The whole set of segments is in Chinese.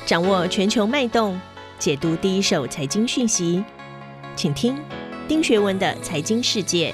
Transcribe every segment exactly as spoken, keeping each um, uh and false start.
掌握全球脉动，解读第一手财经讯息，请听丁学文的财经世界。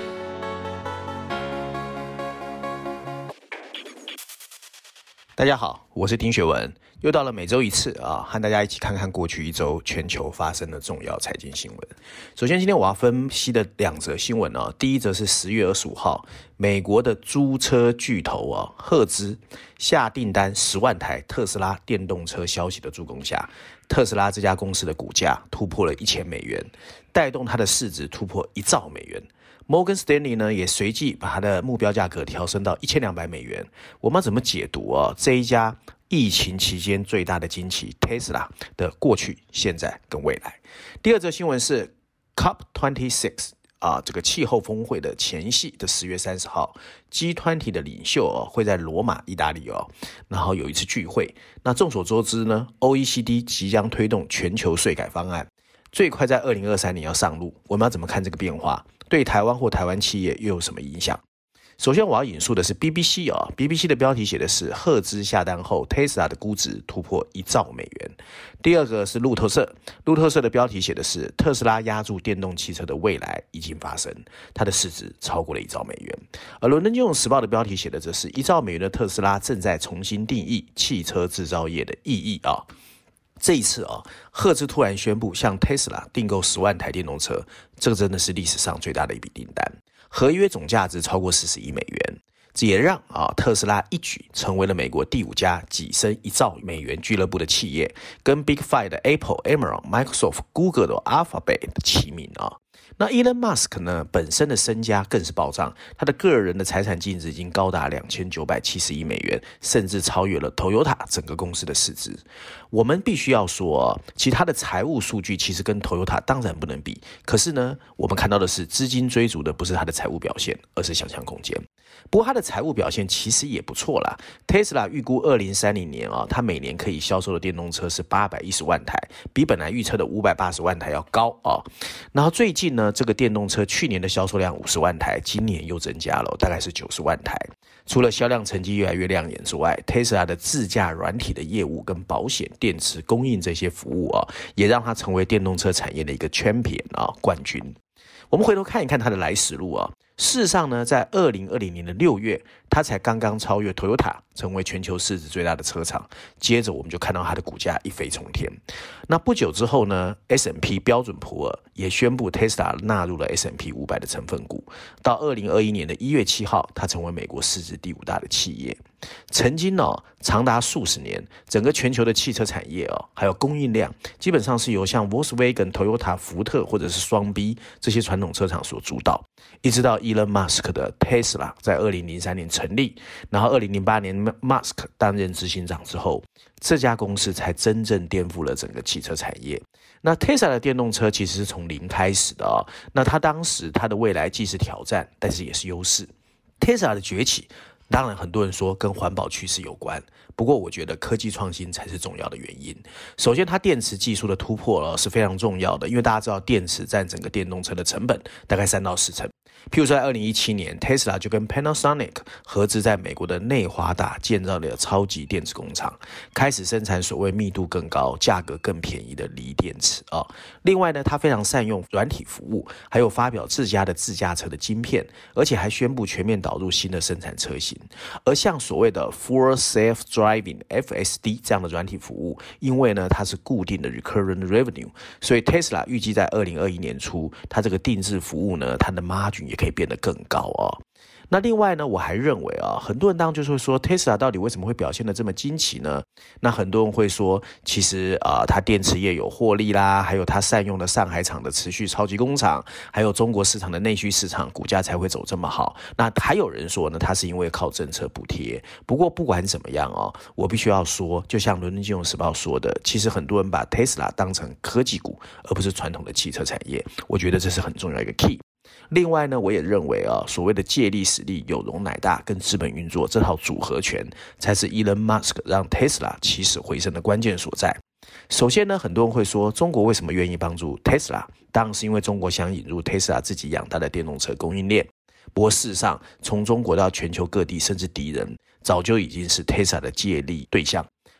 大家好，我是丁学文，又到了每周一次啊，和大家一起看看过去一周全球发生的重要财经新闻。首先，今天我要分析的两则新闻啊，第一则是十月二十五号，美国的租车巨头啊，赫兹下订单十万台特斯拉电动车消息的助攻下，特斯拉这家公司的股价突破了一千美元，带动它的市值突破一兆美元。Morgan Stanley 呢也随即把它的目标价格调升到一千两百美元。我们要怎么解读啊这一家疫情期间最大的惊奇 Tesla 的过去、现在跟未来？第二则新闻是 C O P 二十六啊，这个气候峰会的前夕的十月三十号 ，G 二十 的领袖哦会在罗马、意大利哦，然后有一次聚会。那众所周知呢 ，O E C D 即将推动全球税改方案，最快在二零二三年要上路。我们要怎么看这个变化？对台湾或台湾企业又有什么影响？首先我要引述的是 B B C 啊 ，B B C 的标题写的是赫兹下单后 Tesla 的估值突破一兆美元。第二个是路透社，路透社的标题写的是特斯拉押注电动汽车的未来已经发生，它的市值超过了一兆美元。而伦敦金融时报的标题写的则是一兆美元的特斯拉正在重新定义汽车制造业的意义啊。这一次啊，赫兹突然宣布向 Tesla 订购十万台电动车，这个真的是历史上最大的一笔订单，合约总价值超过四十亿美元，这也让啊特斯拉一举成为了美国第五家跻身一兆美元俱乐部的企业，跟 Big Five 的 Apple、Amazon、Microsoft、Google 的 Alphabet 齐名啊。那 Elon Musk 呢，本身的身家更是暴涨，他的个人的财产净值已经高达两千九百七十亿美元，甚至超越了 Toyota 整个公司的市值。我们必须要说，其他的财务数据其实跟 Toyota 当然不能比，可是呢，我们看到的是资金追逐的不是他的财务表现，而是想象空间。不过他的财务表现其实也不错啦。Tesla 预估二零三零年啊，他每年可以销售的电动车是八百一十万台，比本来预测的五百八十万台要高啊。然后最近呢，这个电动车去年的销售量五十万台，今年又增加了，大概是九十万台。除了销量成绩越来越亮眼之外 ，Tesla 的自驾软体的业务跟保险、电池供应这些服务啊，也让它成为电动车产业的一个 champion 啊冠军。我们回头看一看它的来时路啊。事实上呢，在二零二零年的六月，它才刚刚超越 Toyota， 成为全球市值最大的车厂。接着我们就看到它的股价一飞冲天。那不久之后呢 ，S and P 标准普尔也宣布 Tesla 纳入了 S and P 五百的成分股。到二零二一年的一月七号，它成为美国市值第五大的企业。曾经呢、哦，长达数十年，整个全球的汽车产业哦，还有供应量，基本上是由像 Volkswagen、Toyota、福特或者是双 B 这些传统车厂所主导。一直到 Elon Musk 的 Tesla 在二零零三年成立，然后二零零八年 Musk 担任执行长之后，这家公司才真正颠覆了整个汽车产业。那 Tesla 的电动车其实是从零开始的哦，那它当时它的未来既是挑战，但是也是优势。Tesla 的崛起，当然很多人说跟环保趋势有关，不过我觉得科技创新才是重要的原因。首先它电池技术的突破是非常重要的，因为大家知道电池占整个电动车的成本大概三到四成。譬如说在二零一七年 Tesla 就跟 Panasonic 合资在美国的内华达建造了超级电池工厂，开始生产所谓密度更高、价格更便宜的锂电池、哦、另外呢，它非常善用软体服务，还有发表自家的自驾车的晶片，而且还宣布全面导入新的生产车型。而像所谓的 Full Self Driving F S D 这样的软体服务，因为呢它是固定的 recurrent revenue， 所以 Tesla 预计在二零二一年初，它这个定制服务呢，它的 margin 也可以变得更高哦。那另外呢，我还认为啊，很多人当然就是会说 Tesla 到底为什么会表现得这么惊奇呢？那很多人会说，其实啊、呃，它电池业有获利啦，还有它善用的上海厂的持续超级工厂，还有中国市场的内需市场，股价才会走这么好。那还有人说呢，它是因为靠政策补贴。不过不管怎么样哦，我必须要说，就像伦敦金融时报说的，其实很多人把 Tesla 当成科技股，而不是传统的汽车产业。我觉得这是很重要一个 key。另外呢，我也认为啊，所谓的借力使力、有容乃大跟资本运作这套组合拳，才是 Elon Musk 让 Tesla 起死回生的关键所在。首先呢，很多人会说，中国为什么愿意帮助 Tesla？ 当然是因为中国想引入 Tesla 自己养大的电动车供应链。不过事实上，从中国到全球各地，甚至敌人，早就已经是 Tesla 的借力对象。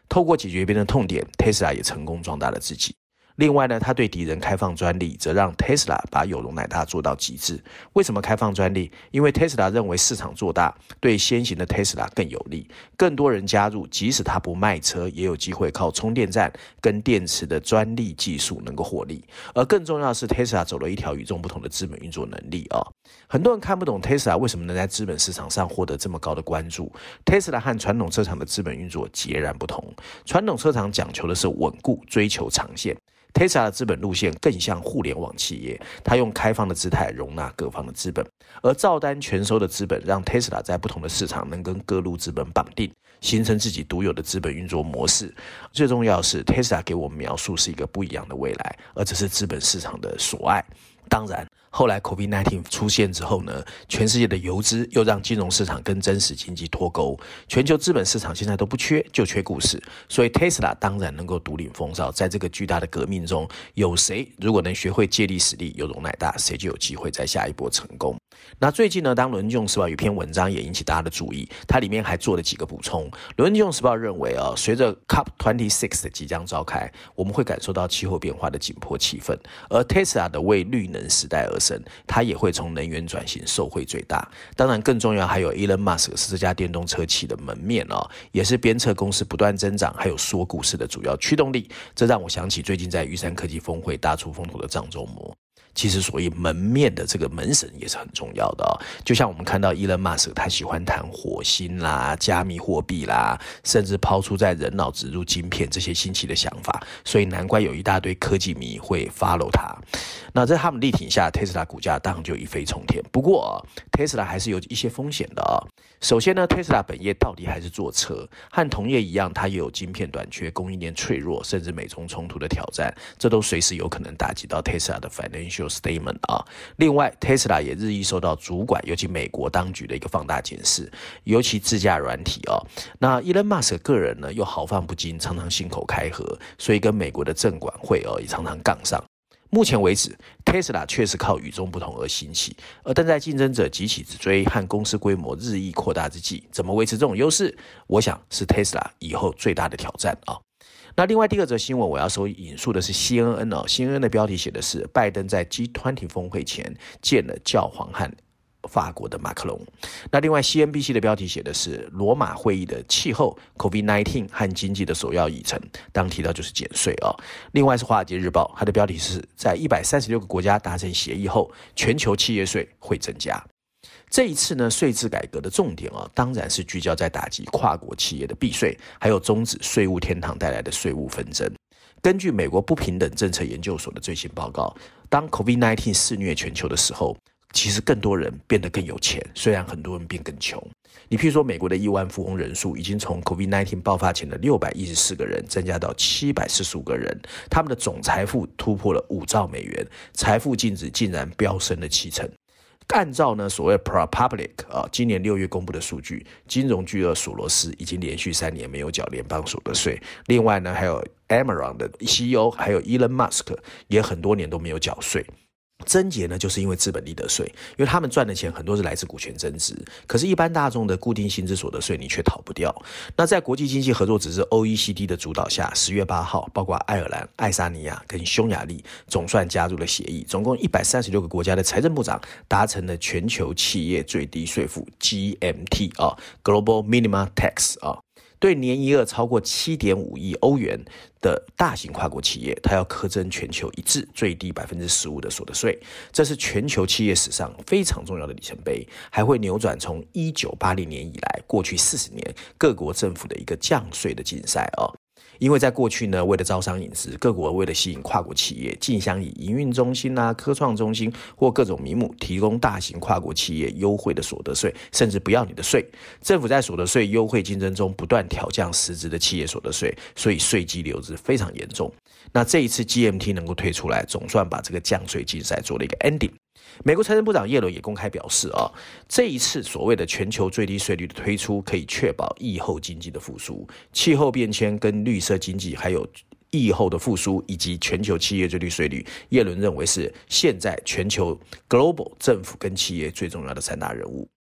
透过解决别人的痛点 Tesla 也成功壮大了自己。另外呢，他对敌人开放专利，则让 Tesla 把有容乃大做到极致。为什么开放专利？因为 Tesla 认为市场做大对先行的 Tesla 更有利，更多人加入，即使他不卖车，也有机会靠充电站跟电池的专利技术能够获利。而更重要的是 Tesla 走了一条与众不同的资本运作能力啊、哦！很多人看不懂 Tesla 为什么能在资本市场上获得这么高的关注。Tesla 和传统车厂的资本运作截然不同，传统车厂讲求的是稳固，追求长线。Tesla 的资本路线更像互联网企业，它用开放的姿态容纳各方的资本，而照单全收的资本让 Tesla 在不同的市场能跟各路资本绑定，形成自己独有的资本运作模式。最重要的是 Tesla 给我们描述是一个不一样的未来，而这是资本市场的所爱。当然后来 COVID 十九 出现之后呢，全世界的游资又让金融市场跟真实经济脱钩，全球资本市场现在都不缺，就缺故事，所以 Tesla 当然能够独领风骚。在这个巨大的革命中，有谁如果能学会借力使力，有容乃大，谁就有机会在下一波成功。那最近呢，当伦敦时报有一篇文章也引起大家的注意，它里面还做了几个补充。伦敦时报认为啊，随着 C O P 二十六 的即将召开，我们会感受到气候变化的紧迫气氛，而 Tesla 的为绿能时代而生，它也会从能源转型受惠最大。当然更重要还有 Elon Musk 是这家电动车企的门面哦，也是鞭策公司不断增长还有说故事的主要驱动力。这让我想起最近在玉山科技峰会大出风头的张忠谋。其实所谓门面的这个门神也是很重要的、哦、就像我们看到 Elon Musk 他喜欢谈火星啦、加密货币啦，甚至抛出在人脑植入晶片这些新奇的想法，所以难怪有一大堆科技迷会 follow 他。那在他们力挺下 Tesla 股价当然就一飞冲天。不过、哦、Tesla 还是有一些风险的、哦、首先呢 Tesla 本业到底还是做车，和同业一样，它也有晶片短缺、供应链脆弱，甚至美中冲突的挑战，这都随时有可能打击到 Tesla 的 financial statement 啊。另外 Tesla 也日益受到主管尤其美国当局的一个放大检视，尤其自驾软体啊。那 Elon Musk 个人呢又豪放不羁，常常信口开河，所以跟美国的证管会哦也常常杠上。目前为止 Tesla 确实靠与众不同而兴起，而但在竞争者急起直追和公司规模日益扩大之际，怎么维持这种优势，我想是 Tesla 以后最大的挑战啊。那另外第二则新闻我要所引述的是 C N N 哦 C N N 的标题写的是拜登在 G 二十 峰会前见了教皇和法国的马克龙。那另外 C N B C 的标题写的是罗马会议的气候 COVID 十九 和经济的首要议程，当提到就是减税哦。另外是华尔街日报，它的标题是在一百三十六个国家达成协议后，全球企业税会增加。这一次呢，税制改革的重点啊，当然是聚焦在打击跨国企业的避税，还有终止税务天堂带来的税务纷争。根据美国不平等政策研究所的最新报告，当 COVID 十九 肆虐全球的时候，其实更多人变得更有钱，虽然很多人变更穷。你譬如说美国的亿万富翁人数已经从 COVID 十九 爆发前的六百一十四个人增加到七百四十五个人，他们的总财富突破了五兆美元，财富净值竟然飙升了七成。按照呢所谓 ProPublic 啊，今年六月公布的数据，金融巨鳄索罗斯已经连续三年没有缴联邦所得税。另外呢，还有 Amazon 的 C E O， 还有 Elon Musk 也很多年都没有缴税。症结呢，就是因为资本利得税，因为他们赚的钱很多是来自股权增值，可是一般大众的固定薪资所得税你却逃不掉。那在国际经济合作组织 O E C D 的主导下，十月八号，包括爱尔兰、爱沙尼亚跟匈牙利总算加入了协议，总共一百三十六个国家的财政部长达成了全球企业最低税负 G M T 啊 Global Minimum Tax 啊。对年营业额超过 七点五亿欧元的大型跨国企业，它要课征全球一致最低 百分之十五 的所得税，这是全球企业史上非常重要的里程碑，还会扭转从一九八零年以来过去四十年各国政府的一个降税的竞赛哦。因为在过去呢，为了招商引资，各国为了吸引跨国企业，竞相以营运中心啊、科创中心或各种名目提供大型跨国企业优惠的所得税，甚至不要你的税。政府在所得税优惠竞争中不断调降实质的企业所得税，所以税基流失非常严重。那这一次 G M T 能够推出来，总算把这个降税竞赛做了一个 ending。美国财政部长耶伦也公开表示啊，这一次所谓的全球最低税率的推出，可以确保疫后经济的复苏。气候变迁跟绿色经济，还有疫后的复苏，以及全球企业最低税率，耶伦认为是现在全球 global 政府跟企业最重要的三大任务。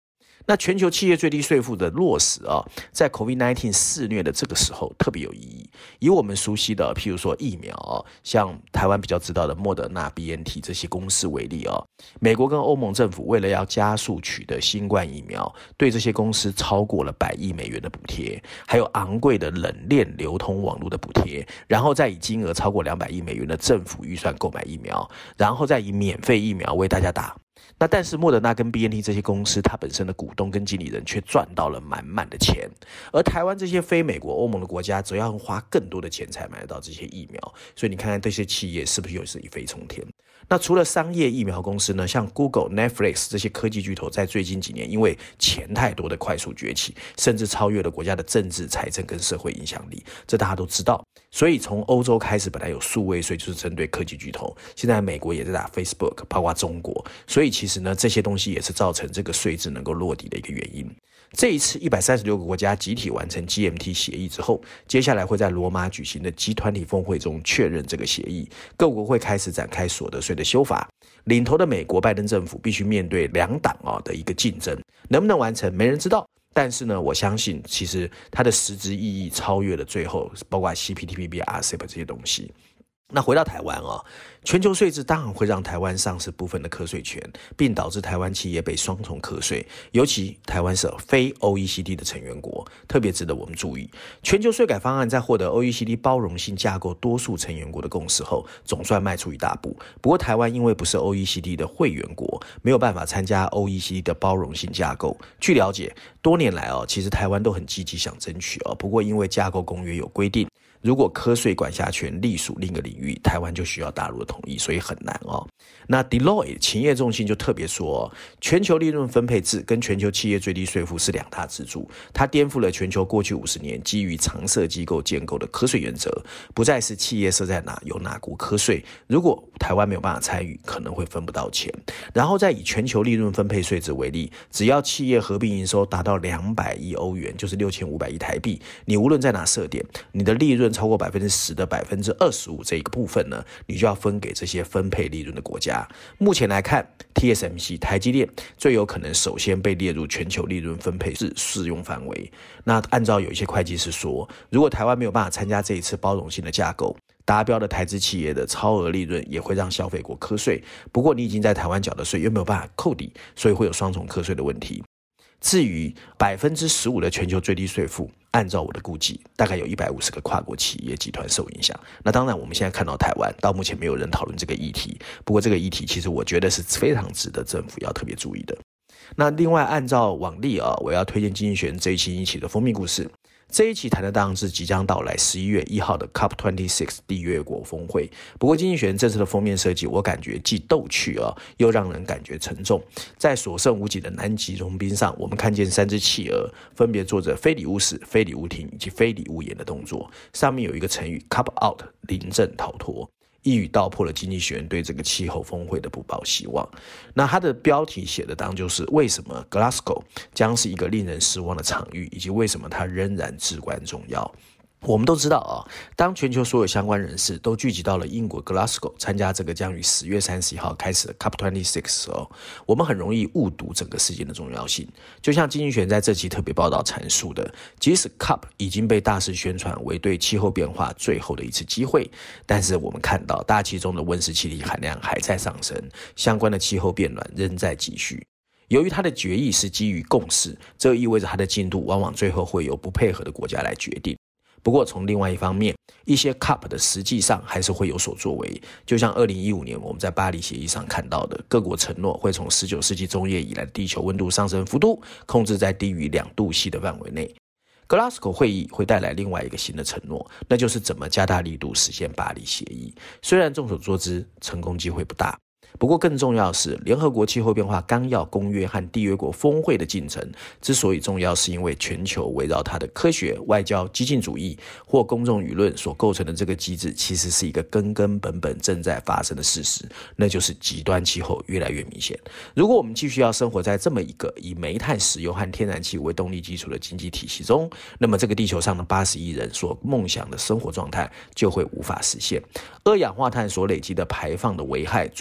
那全球企业最低税负的落实啊，在 COVID 十九 肆虐的这个时候特别有意义。以我们熟悉的，譬如说疫苗啊，像台湾比较知道的莫德纳、B N T 这些公司为例啊，美国跟欧盟政府为了要加速取得新冠疫苗，对这些公司超过了百亿美元的补贴，还有昂贵的冷链流通网络的补贴，然后再以金额超过两百亿美元的政府预算购买疫苗，然后再以免费疫苗为大家打。那但是莫德纳跟 B N T 这些公司，它本身的股东跟经理人却赚到了满满的钱，而台湾这些非美国、欧盟的国家，则要花更多的钱才买得到这些疫苗。所以你看看这些企业是不是又是一飞冲天？那除了商业疫苗公司呢，像 Google、Netflix 这些科技巨头，在最近几年因为钱太多的快速崛起，甚至超越了国家的政治、财政跟社会影响力，这大家都知道。所以从欧洲开始，本来有数位税，就是针对科技巨头，现在美国也在打 Facebook， 包括中国，所以其实呢，这些东西也是造成这个税制能够落地的一个原因。这一次一百三十六个国家集体完成 G M T 协议之后，接下来会在罗马举行的 G 二十 峰会中确认这个协议，各国会开始展开所得税的修法。领头的美国拜登政府必须面对两党啊的一个竞争，能不能完成没人知道。但是呢，我相信其实它的实质意义超越了最后包括 C P T P P、R C E P 这些东西。那回到台湾啊，全球税制当然会让台湾丧失部分的课税权，并导致台湾企业被双重课税，尤其台湾是非 O E C D 的成员国，特别值得我们注意。全球税改方案在获得 O E C D 包容性架构多数成员国的共识后，总算迈出一大步。不过台湾因为不是 O E C D 的会员国，没有办法参加 O E C D 的包容性架构。据了解，多年来哦，其实台湾都很积极想争取哦，不过因为架构公约有规定，如果科税管辖权隶属另一个领域，台湾就需要大陆的同意，所以很难哦。那 Deloitte 勤业众信就特别说、哦，全球利润分配制跟全球企业最低税负是两大支柱，它颠覆了全球过去五十年基于常设机构建构的课税原则，不再是企业设在哪有哪国课税，如果台湾没有办法参与，可能会分不到钱。然后再以全球利润分配税制为例，只要企业合并营收达到两百亿欧元，就是六千五百亿台币，你无论在哪设点，你的利润超过百分之十的百分之二十五这一个部分呢，你就要分给这些分配利润的国家。目前来看 ，T S M C 台积电最有可能首先被列入全球利润分配制适用范围。那按照有一些会计师说，如果台湾没有办法参加这一次包容性的架构，达标的台资企业的超额利润也会让消费国课税。不过你已经在台湾缴的税又没有办法扣抵，所以会有双重课税的问题。至于 百分之十五 的全球最低税负，按照我的估计，大概有一百五十个跨国企业集团受影响。那当然我们现在看到台湾，到目前没有人讨论这个议题，不过这个议题其实我觉得是非常值得政府要特别注意的。那另外按照往例啊，我要推荐经济学人这一期一期的封面故事。这一期谈的当然是即将到来十一月一号的 C O P 二十六 缔约国峰会。不过经济学人这次的封面设计，我感觉既逗趣啊，又让人感觉沉重。在所剩无几的南极融冰上，我们看见三只企鹅分别做着非礼勿视、非礼勿听以及非礼勿言的动作，上面有一个成语 Cup Out， 临阵逃脱。一语道破了经济学人对这个气候峰会的不抱希望。那它的标题写的当就是为什么 Glasgow 将是一个令人失望的场域，以及为什么它仍然至关重要。我们都知道啊，当全球所有相关人士都聚集到了英国 Glasgow 参加这个将于十月三十一号开始的 C O P 二十六 的时候，我们很容易误读整个事件的重要性。就像经济学人在这期特别报道阐述的，即使 C O P 已经被大肆宣传为对气候变化最后的一次机会，但是我们看到大气中的温室气体含量还在上升，相关的气候变暖仍在继续。由于它的决议是基于共识，这意味着它的进度往往最后会由不配合的国家来决定。不过从另外一方面，一些 C O P 的实际上还是会有所作为，就像二零一五年我们在巴黎协议上看到的，各国承诺会从十九世纪中叶以来的地球温度上升幅度控制在低于两度 C 的范围内。Glasgow 会议会带来另外一个新的承诺，那就是怎么加大力度实现巴黎协议。虽然众所周知，成功机会不大。不过更重要的是，联合国气候变化纲要公约和缔约国峰会的进程之所以重要，是因为全球围绕它的科学、外交、激进主义或公众舆论所构成的这个机制，其实是一个根根本本正在发生的事实，那就是极端气候越来越明显。如果我们继续要生活在这么一个以煤炭、石油和天然气为动力基础的经济体系中，那么这个地球上的八十亿人所梦想的生活状态就会无法实现。二氧化碳所累积的排放的危害，最终会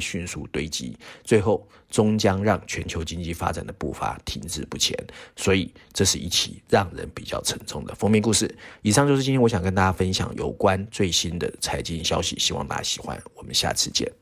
迅速堆积，最后终将让全球经济发展的步伐停滞不前。所以这是一起让人比较沉重的封面故事。以上就是今天我想跟大家分享有关最新的财经消息，希望大家喜欢，我们下次见。